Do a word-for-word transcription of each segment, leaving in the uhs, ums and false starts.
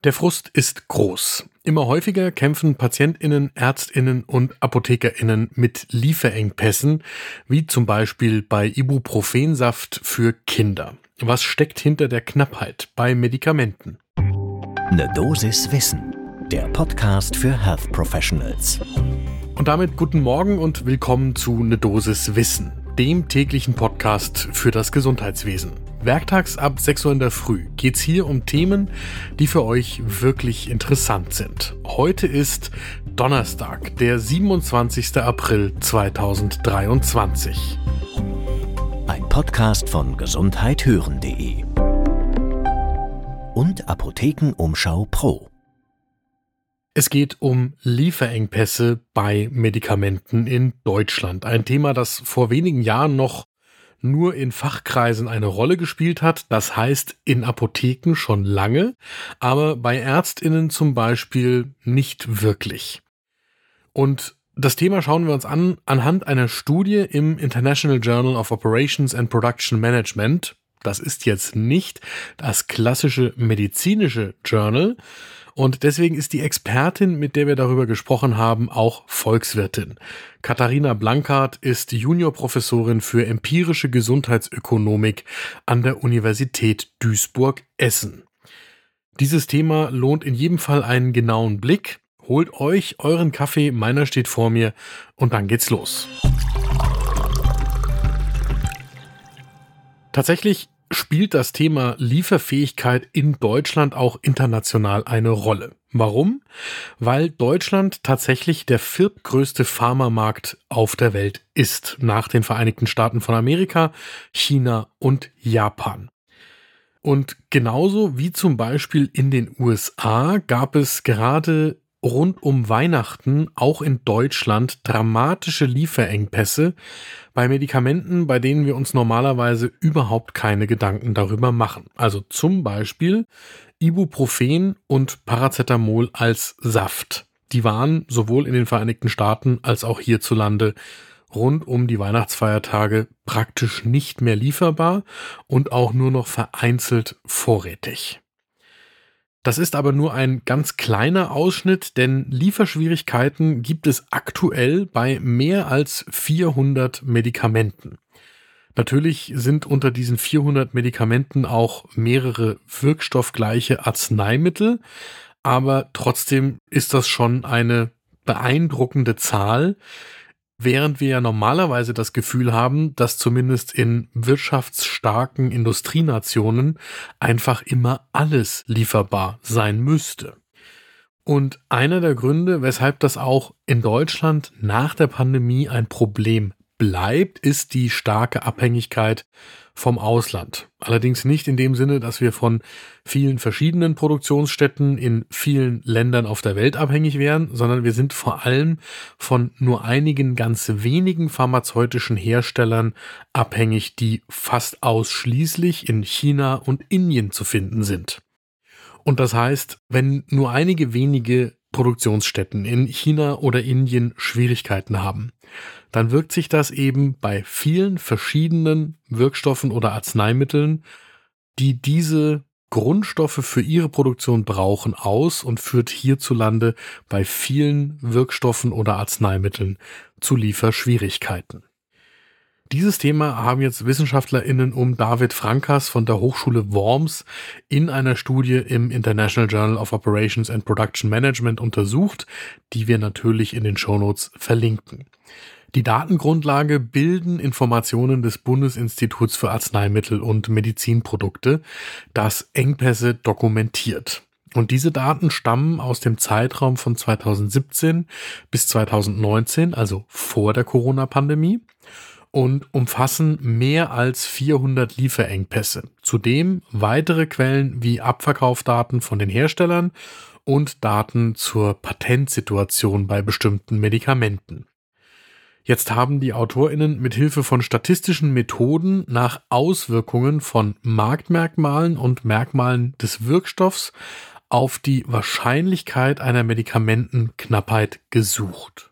Der Frust ist groß. Immer häufiger kämpfen PatientInnen, ÄrztInnen und ApothekerInnen mit Lieferengpässen, wie zum Beispiel bei Ibuprofensaft für Kinder. Was steckt hinter der Knappheit bei Medikamenten? Ne Dosis Wissen, der Podcast für Health Professionals. Und damit guten Morgen und willkommen zu Ne Dosis Wissen, dem täglichen Podcast für das Gesundheitswesen. Werktags ab sechs Uhr in der Früh geht's hier um Themen, die für euch wirklich interessant sind. Heute ist Donnerstag, der siebenundzwanzigster April zweitausenddreiundzwanzig. Ein Podcast von gesundheit hören punkt de und Apothekenumschau Pro. Es geht um Lieferengpässe bei Medikamenten in Deutschland. Ein Thema, das vor wenigen Jahren noch nur in Fachkreisen eine Rolle gespielt hat. Das heißt in Apotheken schon lange, aber bei ÄrztInnen zum Beispiel nicht wirklich. Und das Thema schauen wir uns an anhand einer Studie im International Journal of Operations and Production Management. Das ist jetzt nicht das klassische medizinische Journal. Und deswegen ist die Expertin, mit der wir darüber gesprochen haben, auch Volkswirtin. Katharina Blankart ist Juniorprofessorin für empirische Gesundheitsökonomik an der Universität Duisburg-Essen. Dieses Thema lohnt in jedem Fall einen genauen Blick. Holt euch euren Kaffee, meiner steht vor mir, und dann geht's los. Tatsächlich spielt das Thema Lieferfähigkeit in Deutschland auch international eine Rolle. Warum? Weil Deutschland tatsächlich der viertgrößte Pharmamarkt auf der Welt ist, nach den Vereinigten Staaten von Amerika, China und Japan. Und genauso wie zum Beispiel in den U S A gab es gerade rund um Weihnachten auch in Deutschland dramatische Lieferengpässe bei Medikamenten, bei denen wir uns normalerweise überhaupt keine Gedanken darüber machen. Also zum Beispiel Ibuprofen und Paracetamol als Saft. Die waren sowohl in den Vereinigten Staaten als auch hierzulande rund um die Weihnachtsfeiertage praktisch nicht mehr lieferbar und auch nur noch vereinzelt vorrätig. Das ist aber nur ein ganz kleiner Ausschnitt, denn Lieferschwierigkeiten gibt es aktuell bei mehr als vierhundert Medikamenten. Natürlich sind unter diesen vierhundert Medikamenten auch mehrere wirkstoffgleiche Arzneimittel, aber trotzdem ist das schon eine beeindruckende Zahl, während wir ja normalerweise das Gefühl haben, dass zumindest in wirtschaftsstarken Industrienationen einfach immer alles lieferbar sein müsste. Und einer der Gründe, weshalb das auch in Deutschland nach der Pandemie ein Problem bleibt, ist die starke Abhängigkeit vom Ausland. Allerdings nicht in dem Sinne, dass wir von vielen verschiedenen Produktionsstätten in vielen Ländern auf der Welt abhängig wären, sondern wir sind vor allem von nur einigen ganz wenigen pharmazeutischen Herstellern abhängig, die fast ausschließlich in China und Indien zu finden sind. Und das heißt, wenn nur einige wenige Produktionsstätten in China oder Indien Schwierigkeiten haben, dann wirkt sich das eben bei vielen verschiedenen Wirkstoffen oder Arzneimitteln, die diese Grundstoffe für ihre Produktion brauchen, aus und führt hierzulande bei vielen Wirkstoffen oder Arzneimitteln zu Lieferschwierigkeiten. Dieses Thema haben jetzt WissenschaftlerInnen um David Frankas von der Hochschule Worms in einer Studie im International Journal of Operations and Production Management untersucht, die wir natürlich in den Shownotes verlinken. Die Datengrundlage bilden Informationen des Bundesinstituts für Arzneimittel und Medizinprodukte, das Engpässe dokumentiert. Und diese Daten stammen aus dem Zeitraum von zweitausendsiebzehn bis zweitausendneunzehn, also vor der Corona-Pandemie, und umfassen mehr als vierhundert Lieferengpässe. Zudem weitere Quellen wie Abverkaufsdaten von den Herstellern und Daten zur Patentsituation bei bestimmten Medikamenten. Jetzt haben die AutorInnen mit Hilfe von statistischen Methoden nach Auswirkungen von Marktmerkmalen und Merkmalen des Wirkstoffs auf die Wahrscheinlichkeit einer Medikamentenknappheit gesucht.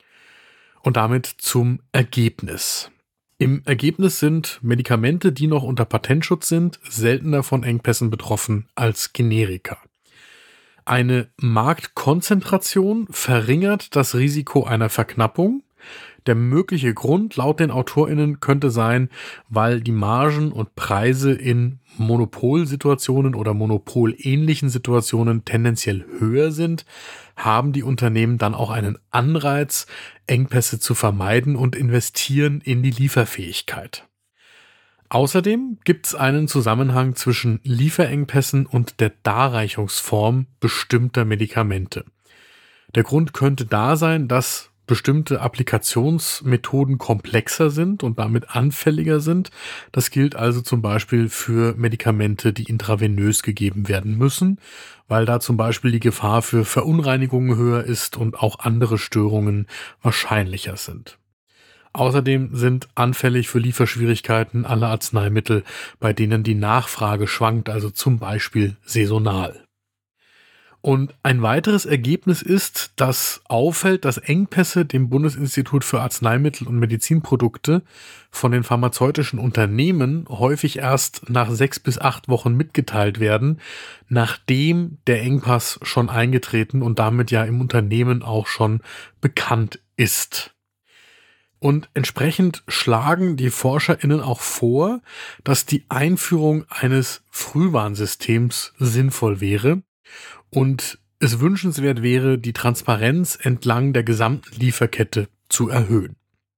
Und damit zum Ergebnis. Im Ergebnis sind Medikamente, die noch unter Patentschutz sind, seltener von Engpässen betroffen als Generika. Eine Marktkonzentration verringert das Risiko einer Verknappung. Der mögliche Grund laut den AutorInnen könnte sein, weil die Margen und Preise in Monopolsituationen oder monopolähnlichen Situationen tendenziell höher sind, haben die Unternehmen dann auch einen Anreiz, Engpässe zu vermeiden und investieren in die Lieferfähigkeit. Außerdem gibt es einen Zusammenhang zwischen Lieferengpässen und der Darreichungsform bestimmter Medikamente. Der Grund könnte da sein, dass bestimmte Applikationsmethoden komplexer sind und damit anfälliger sind. Das gilt also zum Beispiel für Medikamente, die intravenös gegeben werden müssen, weil da zum Beispiel die Gefahr für Verunreinigungen höher ist und auch andere Störungen wahrscheinlicher sind. Außerdem sind anfällig für Lieferschwierigkeiten alle Arzneimittel, bei denen die Nachfrage schwankt, also zum Beispiel saisonal. Und ein weiteres Ergebnis ist, dass auffällt, dass Engpässe dem Bundesinstitut für Arzneimittel und Medizinprodukte von den pharmazeutischen Unternehmen häufig erst nach sechs bis acht Wochen mitgeteilt werden, nachdem der Engpass schon eingetreten und damit ja im Unternehmen auch schon bekannt ist. Und entsprechend schlagen die ForscherInnen auch vor, dass die Einführung eines Frühwarnsystems sinnvoll wäre und es wünschenswert wäre, die Transparenz entlang der gesamten Lieferkette zu erhöhen.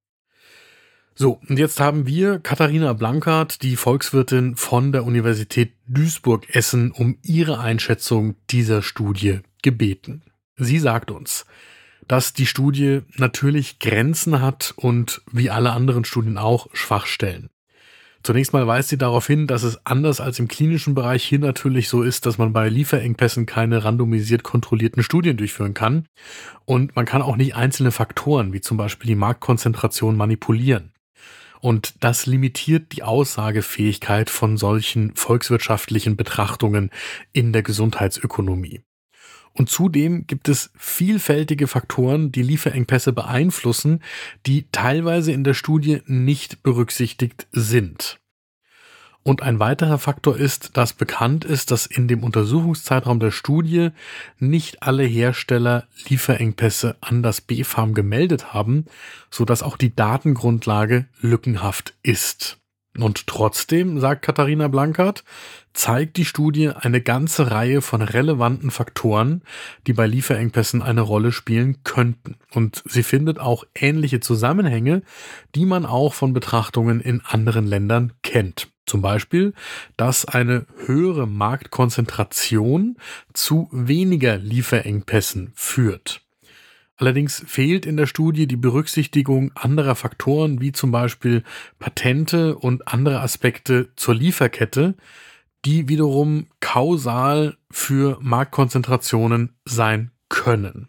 So, und jetzt haben wir Katharina Blankert, die Volkswirtin von der Universität Duisburg-Essen, um ihre Einschätzung dieser Studie gebeten. Sie sagt uns, dass die Studie natürlich Grenzen hat und wie alle anderen Studien auch Schwachstellen. Zunächst mal weist sie darauf hin, dass es anders als im klinischen Bereich hier natürlich so ist, dass man bei Lieferengpässen keine randomisiert kontrollierten Studien durchführen kann. Und man kann auch nicht einzelne Faktoren, wie zum Beispiel die Marktkonzentration, manipulieren. Und das limitiert die Aussagefähigkeit von solchen volkswirtschaftlichen Betrachtungen in der Gesundheitsökonomie. Und zudem gibt es vielfältige Faktoren, die Lieferengpässe beeinflussen, die teilweise in der Studie nicht berücksichtigt sind. Und ein weiterer Faktor ist, dass bekannt ist, dass in dem Untersuchungszeitraum der Studie nicht alle Hersteller Lieferengpässe an das B fam gemeldet haben, sodass auch die Datengrundlage lückenhaft ist. Und trotzdem, sagt Katharina Blankert, zeigt die Studie eine ganze Reihe von relevanten Faktoren, die bei Lieferengpässen eine Rolle spielen könnten. Und sie findet auch ähnliche Zusammenhänge, die man auch von Betrachtungen in anderen Ländern kennt. Zum Beispiel, dass eine höhere Marktkonzentration zu weniger Lieferengpässen führt. Allerdings fehlt in der Studie die Berücksichtigung anderer Faktoren, wie zum Beispiel Patente und andere Aspekte zur Lieferkette, die wiederum kausal für Marktkonzentrationen sein können.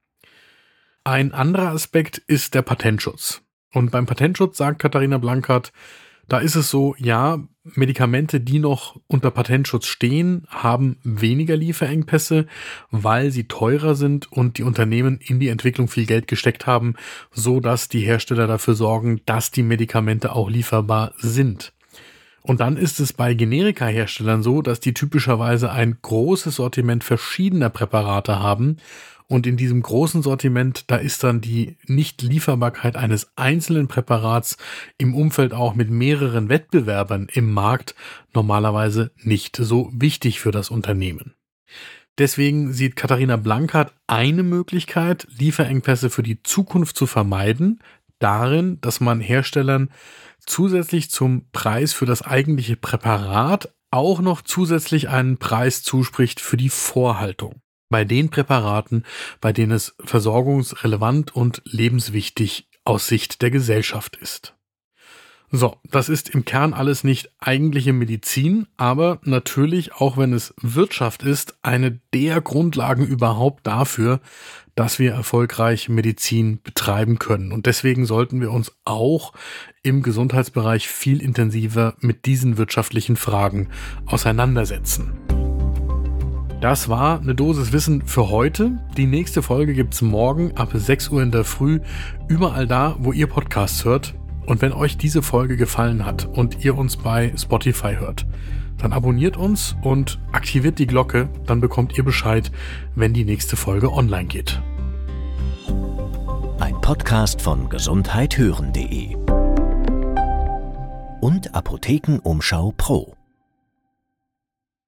Ein anderer Aspekt ist der Patentschutz. Und beim Patentschutz sagt Katharina Blankert, da ist es so, ja, Medikamente, die noch unter Patentschutz stehen, haben weniger Lieferengpässe, weil sie teurer sind und die Unternehmen in die Entwicklung viel Geld gesteckt haben, so dass die Hersteller dafür sorgen, dass die Medikamente auch lieferbar sind. Und dann ist es bei Generika-Herstellern so, dass die typischerweise ein großes Sortiment verschiedener Präparate haben. Und in diesem großen Sortiment, da ist dann die Nichtlieferbarkeit eines einzelnen Präparats im Umfeld auch mit mehreren Wettbewerbern im Markt normalerweise nicht so wichtig für das Unternehmen. Deswegen sieht Katharina Blankert eine Möglichkeit, Lieferengpässe für die Zukunft zu vermeiden, darin, dass man Herstellern zusätzlich zum Preis für das eigentliche Präparat auch noch zusätzlich einen Preis zuspricht für die Vorhaltung. Bei den Präparaten, bei denen es versorgungsrelevant und lebenswichtig aus Sicht der Gesellschaft ist. So, das ist im Kern alles nicht eigentliche Medizin, aber natürlich, auch wenn es Wirtschaft ist, eine der Grundlagen überhaupt dafür, dass wir erfolgreich Medizin betreiben können. Und deswegen sollten wir uns auch im Gesundheitsbereich viel intensiver mit diesen wirtschaftlichen Fragen auseinandersetzen. Das war eine Dosis Wissen für heute. Die nächste Folge gibt's morgen ab sechs Uhr in der Früh, überall da, wo ihr Podcasts hört. Und wenn euch diese Folge gefallen hat und ihr uns bei Spotify hört, dann abonniert uns und aktiviert die Glocke, dann bekommt ihr Bescheid, wenn die nächste Folge online geht. Ein Podcast von gesundheit hören punkt de und Apothekenumschau Pro.